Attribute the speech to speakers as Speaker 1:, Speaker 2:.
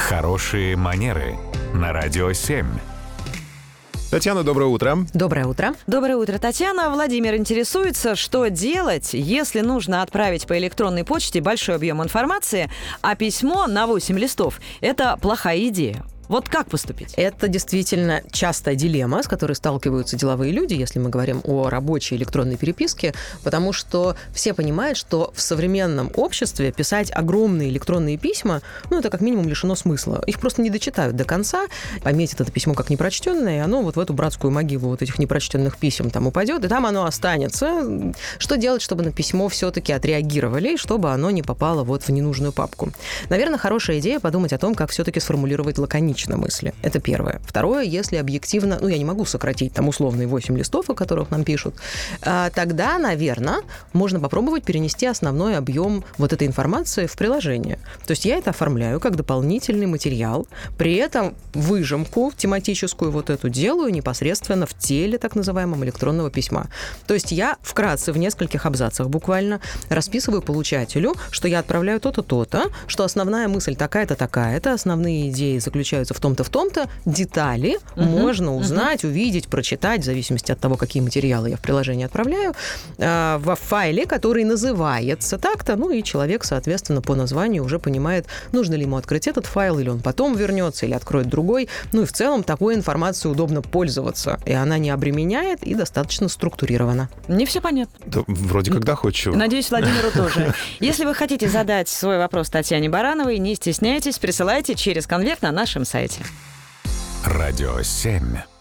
Speaker 1: Хорошие манеры на Радио 7.
Speaker 2: Татьяна, доброе утро.
Speaker 3: Доброе утро.
Speaker 4: Доброе утро, Татьяна. Владимир интересуется, что делать, если нужно отправить по электронной почте большой объем информации, а письмо на 8 листов – это плохая идея. Вот как поступить?
Speaker 3: Это действительно частая дилемма, с которой сталкиваются деловые люди, если мы говорим о рабочей электронной переписке, потому что все понимают, что в современном обществе писать огромные электронные письма, это как минимум лишено смысла. Их просто не дочитают до конца, пометят это письмо как непрочтенное, и оно вот в эту братскую могилу вот этих непрочтенных писем там упадет, и там оно останется. Что делать, чтобы на письмо все-таки отреагировали, и чтобы оно не попало вот в ненужную папку? Наверное, хорошая идея подумать о том, как все-таки сформулировать лаконично мысли. Это первое. Второе, если объективно, я не могу сократить там условные 8 листов, о которых нам пишут, тогда, наверное, можно попробовать перенести основной объем вот этой информации в приложение. То есть я это оформляю как дополнительный материал, при этом выжимку тематическую вот эту делаю непосредственно в теле так называемого электронного письма. То есть я вкратце в нескольких абзацах буквально расписываю получателю, что я отправляю то-то, то-то, что основная мысль такая-то, такая-то, основные идеи заключаются в том-то, детали можно узнать, увидеть, прочитать, в зависимости от того, какие материалы я в приложение отправляю, в файле, который называется так-то, и человек, соответственно, по названию уже понимает, нужно ли ему открыть этот файл, или он потом вернется, или откроет другой. И в целом такой информацией удобно пользоваться, и она не обременяет и достаточно структурирована.
Speaker 4: Не все понятно.
Speaker 2: Да, вроде как доходчиво.
Speaker 4: Надеюсь, Владимиру тоже. Если вы хотите задать свой вопрос Татьяне Барановой, не стесняйтесь, присылайте через конверт на нашем сайте.
Speaker 1: Радио 7.